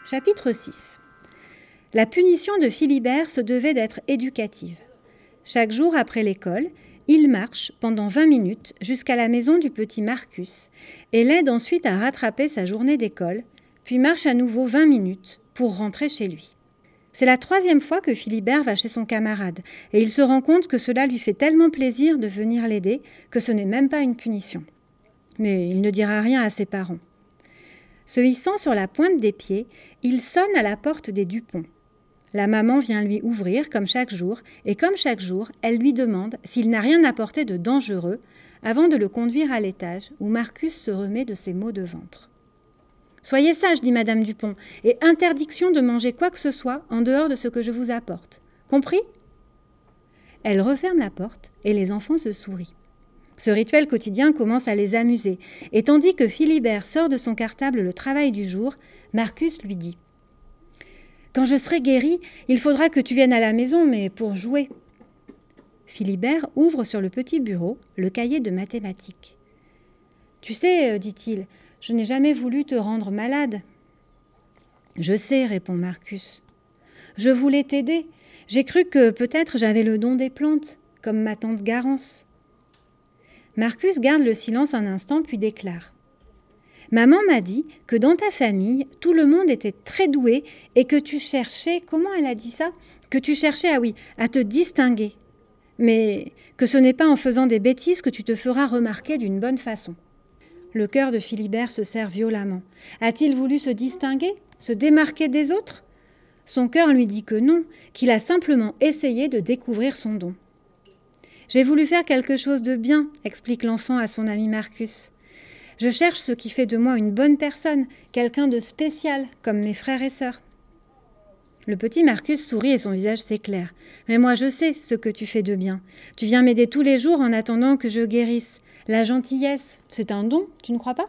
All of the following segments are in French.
Chapitre 6. La punition de Philibert se devait d'être éducative. Chaque jour après l'école, il marche pendant 20 minutes jusqu'à la maison du petit Marcus et l'aide ensuite à rattraper sa journée d'école, puis marche à nouveau 20 minutes pour rentrer chez lui. C'est la 3e fois que Philibert va chez son camarade et il se rend compte que cela lui fait tellement plaisir de venir l'aider que ce n'est même pas une punition. Mais il ne dira rien à ses parents. Se hissant sur la pointe des pieds, il sonne à la porte des Dupont. La maman vient lui ouvrir comme chaque jour, et comme chaque jour, elle lui demande s'il n'a rien apporté de dangereux avant de le conduire à l'étage où Marcus se remet de ses maux de ventre. « Soyez sage, dit Madame Dupont, et interdiction de manger quoi que ce soit en dehors de ce que je vous apporte. Compris ?» Elle referme la porte et les enfants se sourient. Ce rituel quotidien commence à les amuser, et tandis que Philibert sort de son cartable le travail du jour, Marcus lui dit « Quand je serai guéri, il faudra que tu viennes à la maison, mais pour jouer. » Philibert ouvre sur le petit bureau le cahier de mathématiques. « Tu sais, dit-il, je n'ai jamais voulu te rendre malade. »« Je sais, répond Marcus. Je voulais t'aider. J'ai cru que peut-être j'avais le don des plantes, comme ma tante Garance. » Marcus garde le silence un instant puis déclare « Maman m'a dit que dans ta famille, tout le monde était très doué et que tu cherchais, comment elle a dit ça ? Que tu cherchais, à te distinguer. Mais que ce n'est pas en faisant des bêtises que tu te feras remarquer d'une bonne façon. » Le cœur de Philibert se serre violemment. A-t-il voulu se distinguer, se démarquer des autres ? Son cœur lui dit que non, qu'il a simplement essayé de découvrir son don. « J'ai voulu faire quelque chose de bien, explique l'enfant à son ami Marcus. Je cherche ce qui fait de moi une bonne personne, quelqu'un de spécial, comme mes frères et sœurs. » Le petit Marcus sourit et son visage s'éclaire. « Mais moi je sais ce que tu fais de bien. Tu viens m'aider tous les jours en attendant que je guérisse. La gentillesse, c'est un don, tu ne crois pas ?»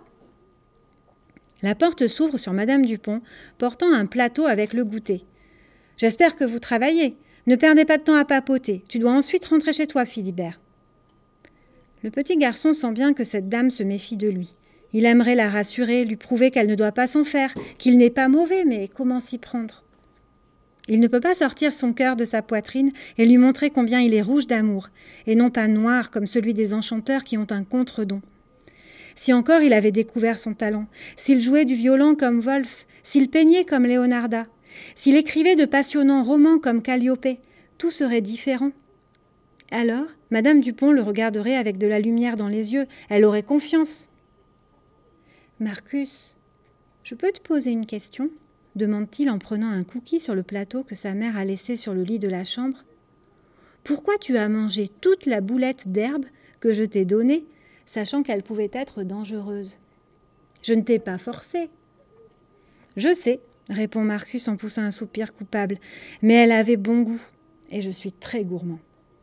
La porte s'ouvre sur Madame Dupont, portant un plateau avec le goûter. « J'espère que vous travaillez. Ne perdez pas de temps à papoter. Tu dois ensuite rentrer chez toi, Philibert. » Le petit garçon sent bien que cette dame se méfie de lui. Il aimerait la rassurer, lui prouver qu'elle ne doit pas s'en faire, qu'il n'est pas mauvais, mais comment s'y prendre ? Il ne peut pas sortir son cœur de sa poitrine et lui montrer combien il est rouge d'amour, et non pas noir comme celui des enchanteurs qui ont un contre-don. Si encore il avait découvert son talent, s'il jouait du violon comme Wolf, s'il peignait comme Leonarda, s'il écrivait de passionnants romans comme Calliope, tout serait différent. Alors, Madame Dupont le regarderait avec de la lumière dans les yeux, elle aurait confiance. « Marcus, je peux te poser une question ?» demande-t-il en prenant un cookie sur le plateau que sa mère a laissé sur le lit de la chambre. « Pourquoi tu as mangé toute la boulette d'herbe que je t'ai donnée, sachant qu'elle pouvait être dangereuse ? Je ne t'ai pas forcé. »« Je sais, » répond Marcus en poussant un soupir coupable, « mais elle avait bon goût, et je suis très gourmand. »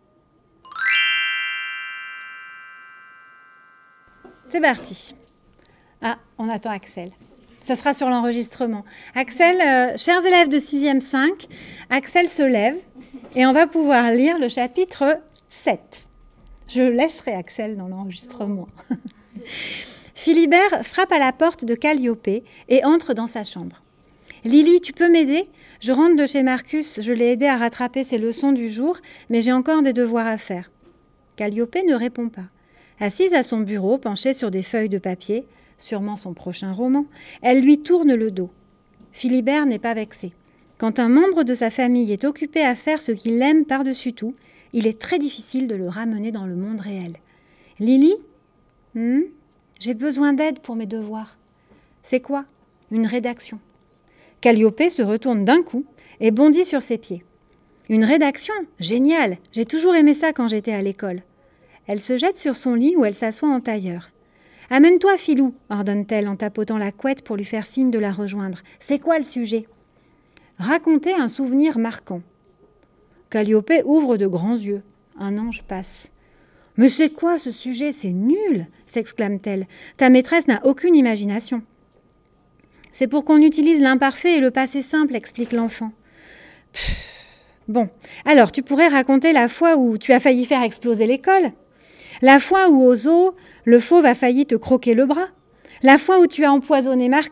C'est parti. Ah, on attend Axel. Ça sera sur l'enregistrement. Axel, chers élèves de 6e 5, Axel se lève et on va pouvoir lire le chapitre 7. Je laisserai Axel dans l'enregistrement. Philibert frappe à la porte de Calliope et entre dans sa chambre. « Lily, tu peux m'aider ? Je rentre de chez Marcus, je l'ai aidé à rattraper ses leçons du jour, mais j'ai encore des devoirs à faire. » Calliope ne répond pas. Assise à son bureau, penchée sur des feuilles de papier, sûrement son prochain roman, elle lui tourne le dos. Philibert n'est pas vexé. Quand un membre de sa famille est occupé à faire ce qu'il aime par-dessus tout, il est très difficile de le ramener dans le monde réel. « Lily ? J'ai besoin d'aide pour mes devoirs. »« C'est quoi ? » ?»« Une rédaction. » Calliope se retourne d'un coup et bondit sur ses pieds. « Une rédaction ? Génial ! J'ai toujours aimé ça quand j'étais à l'école. » Elle se jette sur son lit où elle s'assoit en tailleur. « Amène-toi, Philou !» ordonne-t-elle en tapotant la couette pour lui faire signe de la rejoindre. « C'est quoi le sujet ?» Raconter un souvenir marquant. Calliope ouvre de grands yeux. Un ange passe. « Mais c'est quoi ce sujet ? C'est nul !» s'exclame-t-elle. « Ta maîtresse n'a aucune imagination. »« C'est pour qu'on utilise l'imparfait et le passé simple, explique l'enfant. » Bon, alors tu pourrais raconter la fois où tu as failli faire exploser l'école ? La fois où au zoo, le fauve a failli te croquer le bras ? La fois où tu as empoisonné Marcus ?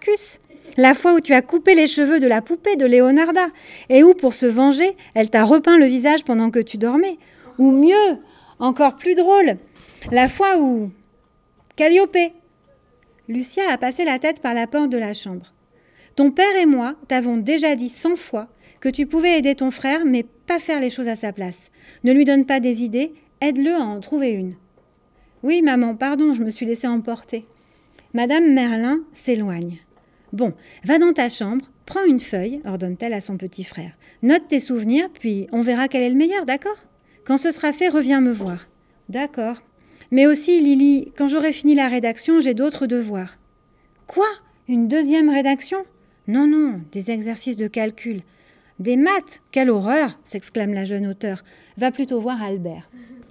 La fois où tu as coupé les cheveux de la poupée de Leonarda et où, pour se venger, elle t'a repeint le visage pendant que tu dormais. Ou mieux, encore plus drôle, la fois où... Calliope. Lucia a passé la tête par la porte de la chambre. Ton père et moi t'avons déjà dit 100 fois que tu pouvais aider ton frère, mais pas faire les choses à sa place. Ne lui donne pas des idées, aide-le à en trouver une. Oui, maman, pardon, je me suis laissée emporter. Madame Merlin s'éloigne. Bon, va dans ta chambre, prends une feuille, ordonne-t-elle à son petit frère. Note tes souvenirs, puis on verra quel est le meilleur, d'accord ? Quand ce sera fait, reviens me voir. D'accord. Mais aussi, Lily, quand j'aurai fini la rédaction, j'ai d'autres devoirs. Quoi ? Une deuxième rédaction ? Non, non, des exercices de calcul. Des maths ? Quelle horreur ! S'exclame la jeune auteure. Va plutôt voir Albert.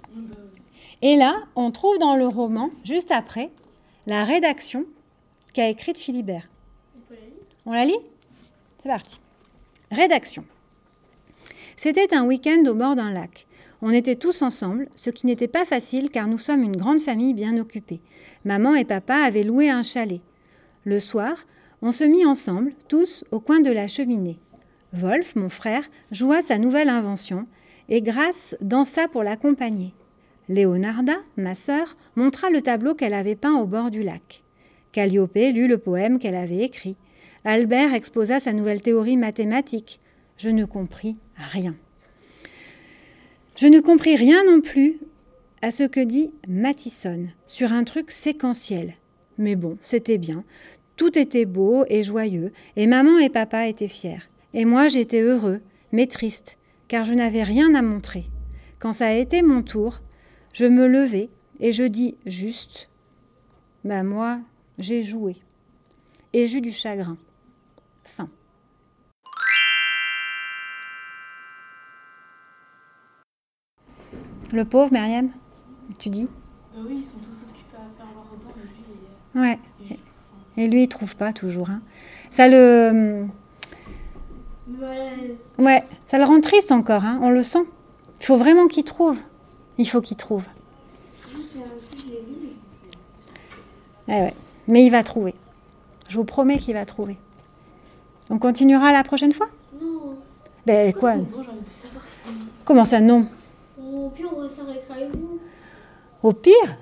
Et là, on trouve dans le roman, juste après, la rédaction qu'a écrite Philibert. On la lit ? C'est parti. Rédaction. C'était un week-end au bord d'un lac. On était tous ensemble, ce qui n'était pas facile car nous sommes une grande famille bien occupée. Maman et papa avaient loué un chalet. Le soir, on se mit ensemble, tous au coin de la cheminée. Wolf, mon frère, joua sa nouvelle invention et Grace dansa pour l'accompagner. Leonarda, ma sœur, montra le tableau qu'elle avait peint au bord du lac. Calliope lut le poème qu'elle avait écrit. Albert exposa sa nouvelle théorie mathématique. Je ne compris rien. Je ne compris rien non plus à ce que dit Mathison sur un truc séquentiel. Mais bon, c'était bien. Tout était beau et joyeux, et maman et papa étaient fiers. Et moi, j'étais heureux, mais triste, car je n'avais rien à montrer. Quand ça a été mon tour, je me levai et je dis juste « Bah moi, j'ai joué. » Et j'eus du chagrin. Fin. Le pauvre, Myriam, tu dis ? Oui, ils sont tous occupés à faire leur temps et lui... Ouais. Et lui, il trouve pas toujours. Hein. Ça le... Malaise. Ouais, ça le rend triste encore, hein. On le sent. Il faut vraiment qu'il trouve. Il faut qu'il trouve. Ouais. Mais il va trouver. Je vous promets qu'il va trouver. On continuera la prochaine fois ? Non. Ben quoi ? J'ai envie de savoir ce qu'on... Comment ça, non ? Au pire, on restera avec vous. Au pire ?